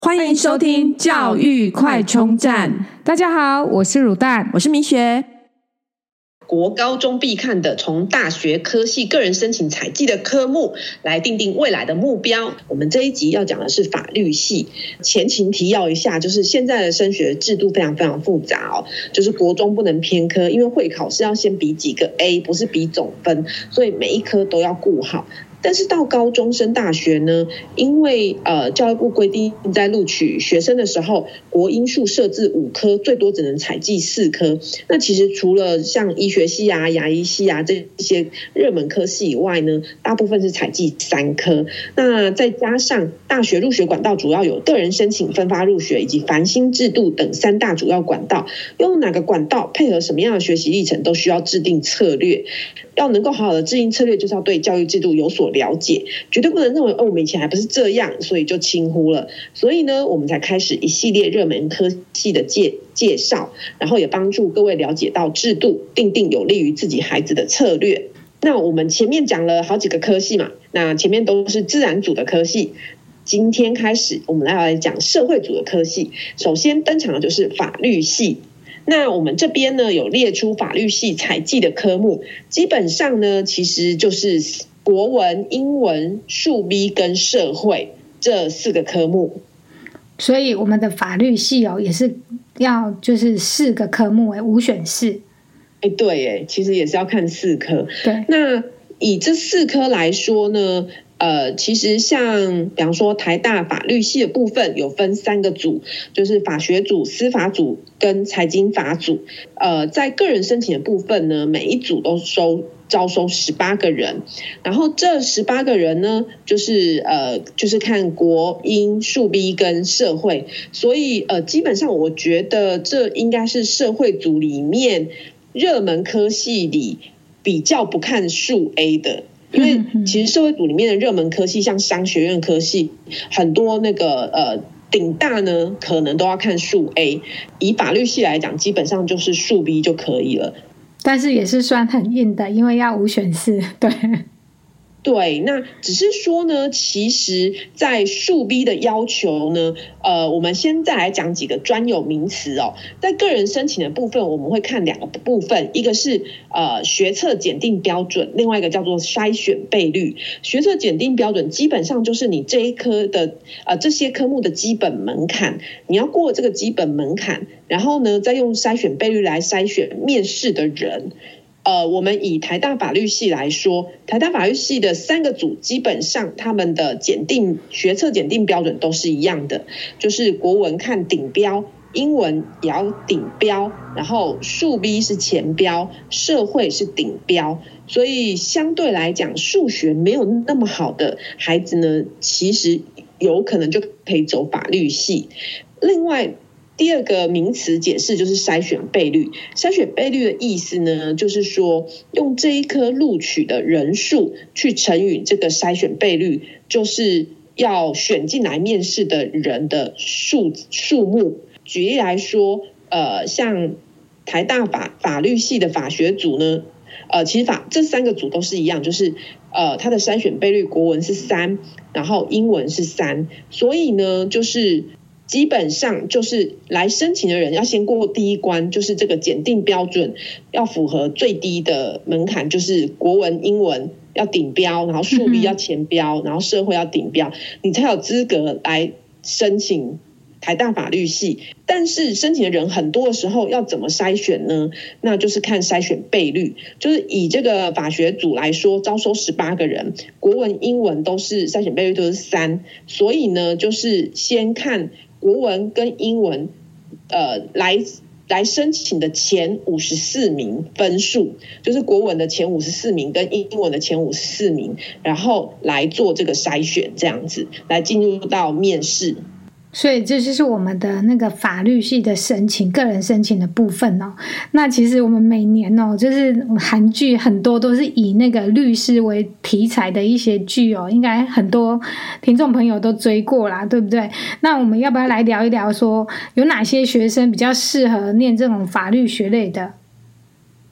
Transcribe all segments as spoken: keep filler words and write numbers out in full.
欢迎收听教育快充站。 大家好，我是乳蛋， 我是明学。 国高中必看的从大学科系个人申请采计的科目来定定未来的目标。我们这一集要讲的是法律系。前情提要一下，就是现在的升学制度非常非常复杂哦，就是国中不能偏科，因为会考是要先比几个 A， 不是比总分，所以每一科都要顾好。但是到高中升大学呢，因为呃教育部规定在录取学生的时候，国英数设置五科，最多只能采计四科。那其实除了像医学系啊、牙医系啊这些热门科系以外呢，大部分是采计三科。那再加上大学入学管道主要有个人申请、分发入学以及繁星制度等三大主要管道，用哪个管道配合什么样的学习历程，都需要制定策略。要能够好好的制定策略，就是要对教育制度有所了解，绝对不能认为哦，我们以前还不是这样，所以就轻忽了。所以呢，我们才开始一系列热门科系的介介绍，然后也帮助各位了解到制度，定定有利于自己孩子的策略。那我们前面讲了好几个科系嘛，那前面都是自然组的科系。今天开始，我们来讲社会组的科系。首先登场的就是法律系。那我们这边呢有列出法律系采计的科目，基本上呢其实就是国文、英文、数 B 跟社会这四个科目。 所以我们的法律系哦也是要就是四个科目诶，五选四。 哎，对诶，其实也是要看四科。 对， 那以这四科来说呢，呃，其实像比方说台大法律系的部分有分三个组，就是法学组、司法组跟财经法组。呃，在个人申请的部分呢，每一组都收招收十八个人，然后这十八个人呢，就是呃，就是看国英数 B 跟社会，所以呃，基本上我觉得这应该是社会组里面热门科系里比较不看数 A 的。因为其实社会组里面的热门科系，像商学院科系，很多那个呃顶大呢，可能都要看数 A。以法律系来讲，基本上就是数 B 就可以了。 但是也是算很硬的，因为要五选四。对。 对，那只是说呢，其实在数 B 的要求呢，呃，我们先再来讲几个专有名词哦。在个人申请的部分，我们会看两个部分，一个是呃学测检定标准，另外一个叫做筛选倍率。学测检定标准基本上就是你这一科的呃这些科目的基本门槛，你要过这个基本门槛，然后呢，再用筛选倍率来筛选面试的人。呃，我们以台大法律系来说，台大法律系的三个组基本上他们的检定学测检定标准都是一样的，就是国文看顶标，英文也要顶标，然后数 B 是前标，社会是顶标。所以相对来讲，数学没有那么好的孩子呢，其实有可能就可以走法律系。另外第二个名词解释就是筛选倍率。筛选倍率的意思呢，就是说用这一科录取的人数去乘以这个筛选倍率，就是要选进来面试的人的数数目。举例来说，呃，像台大法法律系的法学组呢，呃，其实法这三个组都是一样，就是呃，它的筛选倍率国文是三，然后英文是三，所以呢，就是基本上就是来申请的人要先过第一关，就是这个检定标准要符合最低的门槛，就是国文、英文要顶标，然后数 B 要前标，然后社会要顶标，你才有资格来申请台大法律系。但是申请的人很多的时候要怎么筛选呢？那就是看筛选倍率，就是以这个法学组来说，招收十八个人，国文、英文都是筛选倍率都是三，所以呢，就是先看国文跟英文，呃，来来申请的前五十四名分数，就是国文的前五十四名跟英文的前五十四名，然后来做这个筛选，这样子来进入到面试。 所以这就是我们的那个法律系的申请，个人申请的部分哦。那其实我们每年哦，就是韩剧很多都是以那个律师为题材的一些剧哦，应该很多听众朋友都追过啦，对不对？那我们要不要来聊一聊，说有哪些学生比较适合念这种法律学类的？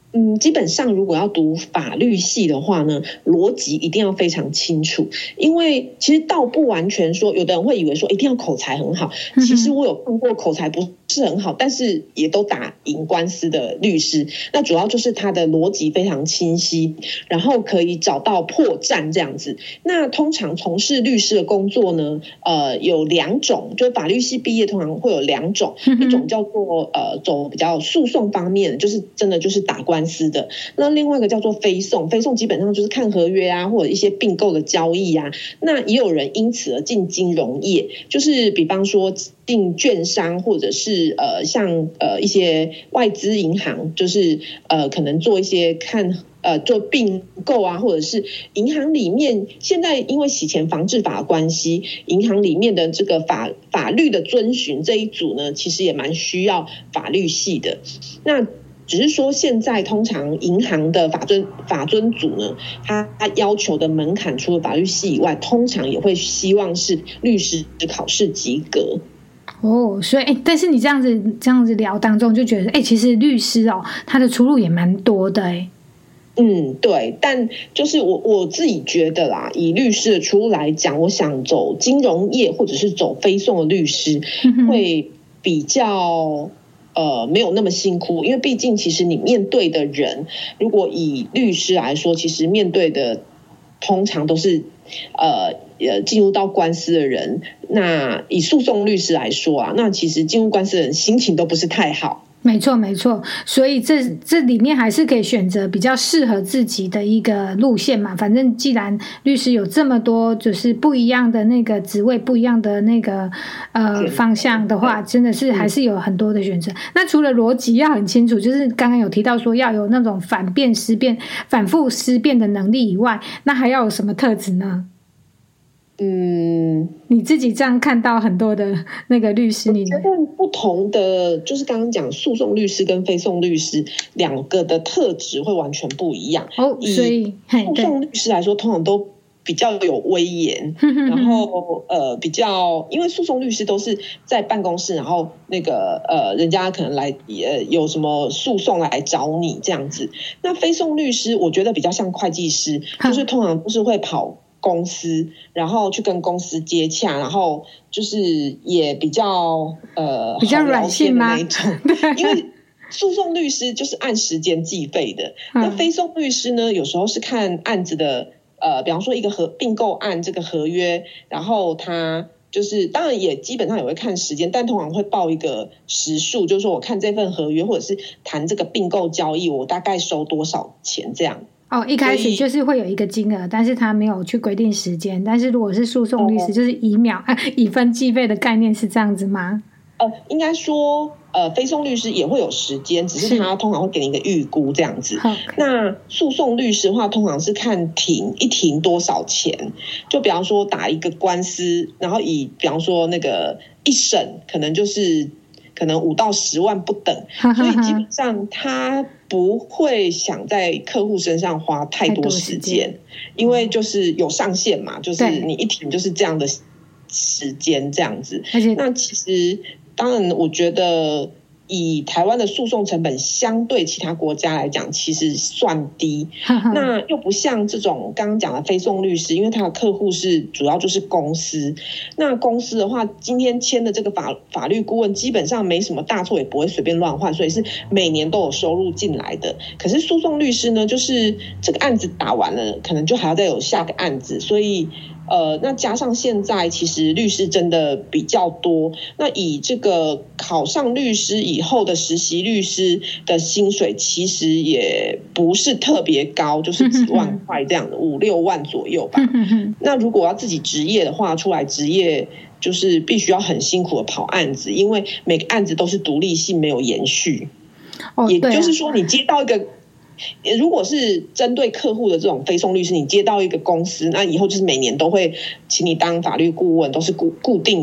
嗯，基本上如果要读法律系的话呢，逻辑一定要非常清楚，因为其实倒不完全说，有的人会以为说一定要口才很好，其实我有碰过口才不是很好，但是也都打赢官司的律师。那主要就是他的逻辑非常清晰，然后可以找到破绽这样子。那通常从事律师的工作呢，呃，有两种，就法律系毕业通常会有两种，一种叫做呃走比较诉讼方面，就是真的就是打官司的。那另外一个叫做非讼，非讼基本上就是看合约啊，或者一些并购的交易啊。那也有人因此而进金融业，就是比方说进券商，或者是呃像呃一些外资银行，就是呃可能做一些看呃做并购啊，或者是银行里面现在因为洗钱防治法的关系，银行里面的这个法法律的遵循这一组呢，其实也蛮需要法律系的。那只是说现在通常银行的法遵法遵组呢，他要求的门槛除了法律系以外，通常也会希望是律师考试及格。 哦，所以哎，但是你这样子这样子聊当中就觉得，哎，其实律师哦，他的出路也蛮多的哎。 嗯，对，但就是我我自己觉得啦，以律师的出路来讲，我想走金融业或者是走非讼的律师，会比较呃没有那么辛苦，因为毕竟其实你面对的人，如果以律师来说，其实面对的通常都是呃呃进入到官司的人。那以诉讼律师来说啊，那其实进入官司的人心情都不是太好。 没错没错，所以这这里面还是可以选择比较适合自己的一个路线嘛。反正既然律师有这么多就是不一样的那个职位，不一样的那个呃方向的话，真的是还是有很多的选择。那除了逻辑要很清楚，就是刚刚有提到说要有那种反辩思辨、反复思辨的能力以外，那还要有什么特质呢？嗯，你自己这样看到很多的那个律师，你觉得不同的就是刚刚讲诉讼律师跟非讼律师两个的特质会完全不一样。 哦，所以诉讼律师来说，通常都比较有威严，然后呃比较，因为诉讼律师都是在办公室，然后那个呃人家可能来呃有什么诉讼来找你这样子。那非讼律师我觉得比较像会计师，就是通常都是会跑公司，然后去跟公司接洽，然后就是也比较呃比较软性吗？ 那种，因为诉讼律师就是按时间计费的，嗯、那非讼律师呢，有时候是看案子的呃，比方说一个合并购案这个合约，然后他就是当然也基本上也会看时间，但通常会报一个时数，就是说我看这份合约或者是谈这个并购交易，我大概收多少钱这样。 哦，一开始就是会有一个金额，但是他没有去规定时间。但是如果是诉讼律师，哦、就是以秒、啊、以分计费的概念是这样子吗？ 呃，应该说，呃，非讼律师也会有时间，只是他通常会给你一个预估这样子。那诉讼律师的话，通常是看庭一庭多少钱。就比方说打一个官司，然后以比方说那个一审可能就是可能五到十万不等，所以基本上他不会想在客户身上花太多时间，因为就是有上限嘛，就是你一庭就是这样的时间这样子。那其实当然我觉得以台湾的诉讼成本相对其他国家来讲其实算低，那又不像这种刚刚讲的非讼律师，因为他的客户是主要就是公司，那公司的话今天签的这个法法律顾问基本上没什么大错，也不会随便乱换，所以是每年都有收入进来的。可是诉讼律师呢，就是这个案子打完了可能就还要再有下个案子，所以呃，那加上现在其实律师真的比较多，那以这个考上律师以后的实习律师的薪水其实也不是特别高，就是几万块这样的，五六万左右吧。那如果要自己职业的话，出来职业就是必须要很辛苦的跑案子，因为每个案子都是独立性没有延续。哦，也就是说你接到一个如果是针对客户的这种非讼律师，你接到一个公司，那以后就是每年都会请你当法律顾问，都是固固定有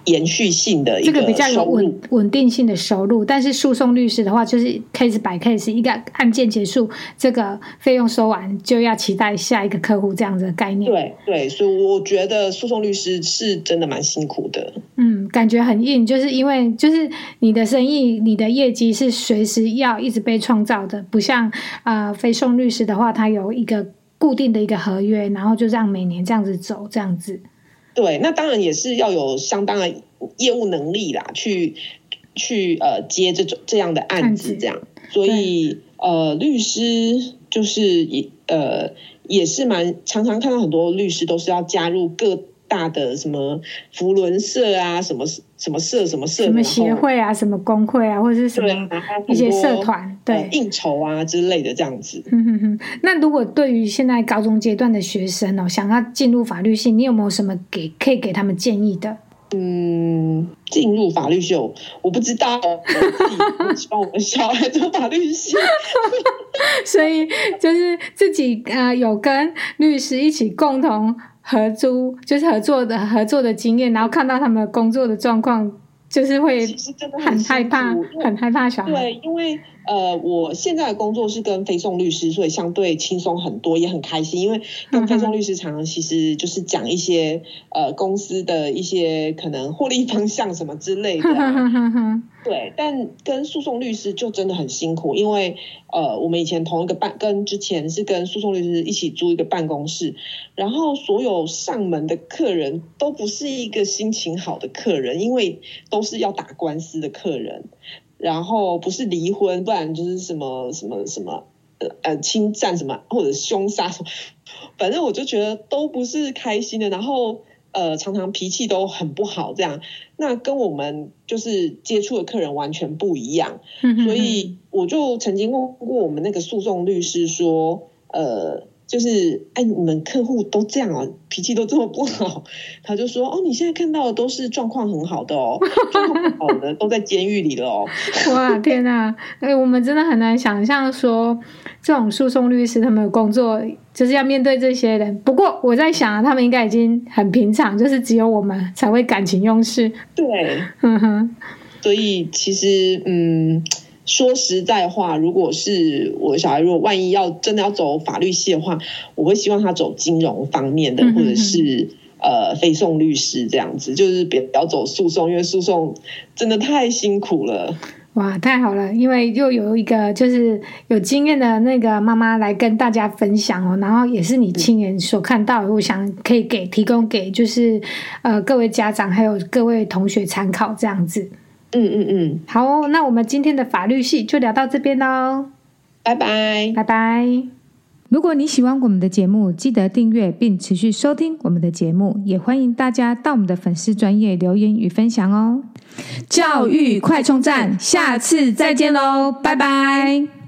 延续性的一个这个比较有收入稳稳定性的收入，但是诉讼律师的话，就是 case by case， 一个案件结束，这个费用收完就要期待下一个客户这样子的概念。 对对，所以我觉得诉讼律师是真的蛮辛苦的。 嗯，感觉很硬，就是因为就是你的生意、你的业绩是随时要一直被创造的，不像呃非讼律师的话，它有一个固定的一个合约，然后就这样每年这样子走，这样子。 对，那当然也是要有相当的业务能力啦，去去呃接这种这样的案子，这样。所以呃，律师就是也呃也是蛮常常看到很多律师都是要加入各大的什么扶轮社啊，什么什么社什么社， 什么协会啊，什么工会啊，或者是什么一些社团，对、 呃、应酬啊之类的这样子。 嗯哼哼。那如果对于现在高中阶段的学生哦，想要进入法律系，你有没有什么给可以给他们建议的？ 嗯，进入法律系我不知道，我自己希望我的小孩做法律系。 所以就是自己呃有跟律师一起共同合租，就是合作的合作的经验，然后看到他们工作的状况，就是会很害怕，很害怕小孩。 对，因为呃，我现在的工作是跟非讼律师，所以相对轻松很多，也很开心。因为跟非讼律师常常其实就是讲一些呃公司的一些可能获利方向什么之类的、啊。对，但跟诉讼律师就真的很辛苦，因为呃，我们以前同一个办，跟之前是跟诉讼律师一起租一个办公室，然后所有上门的客人都不是一个心情好的客人，因为都是要打官司的客人。然后不是离婚，不然就是什么什么什么呃侵占什么或者凶杀什么，反正我就觉得都不是开心的。然后呃常常脾气都很不好，这样那跟我们就是接触的客人完全不一样。所以我就曾经问过我们那个诉讼律师说，呃。就是哎，你们客户都这样啊，脾气都这么不好，他就说哦，你现在看到的都是状况很好的哦，状况不好的都在监狱里了哦。 哇，天哪！哎，我们真的很难想象说这种诉讼律师他们的工作就是要面对这些人。不过我在想啊，他们应该已经很平常，就是只有我们才会感情用事。 对， 嗯哼。 所以其实嗯。说实在话，如果是我的小孩，如果万一要真的要走法律系的话，我会希望他走金融方面的，或者是呃非讼律师这样子，就是不要走诉讼，因为诉讼真的太辛苦了。 哇，太好了，因为又有一个就是有经验的那个妈妈来跟大家分享哦，然后也是你亲眼所看到的，我想可以给提供给就是呃各位家长还有各位同学参考这样子。 嗯嗯嗯， 好哦，那我们今天的法律系就聊到这边咯， 拜拜， 拜拜。如果你喜欢我们的节目，记得订阅并持续收听我们的节目，也欢迎大家到我们的粉丝专页留言与分享哦。 教育快充站，下次再见喽，拜拜。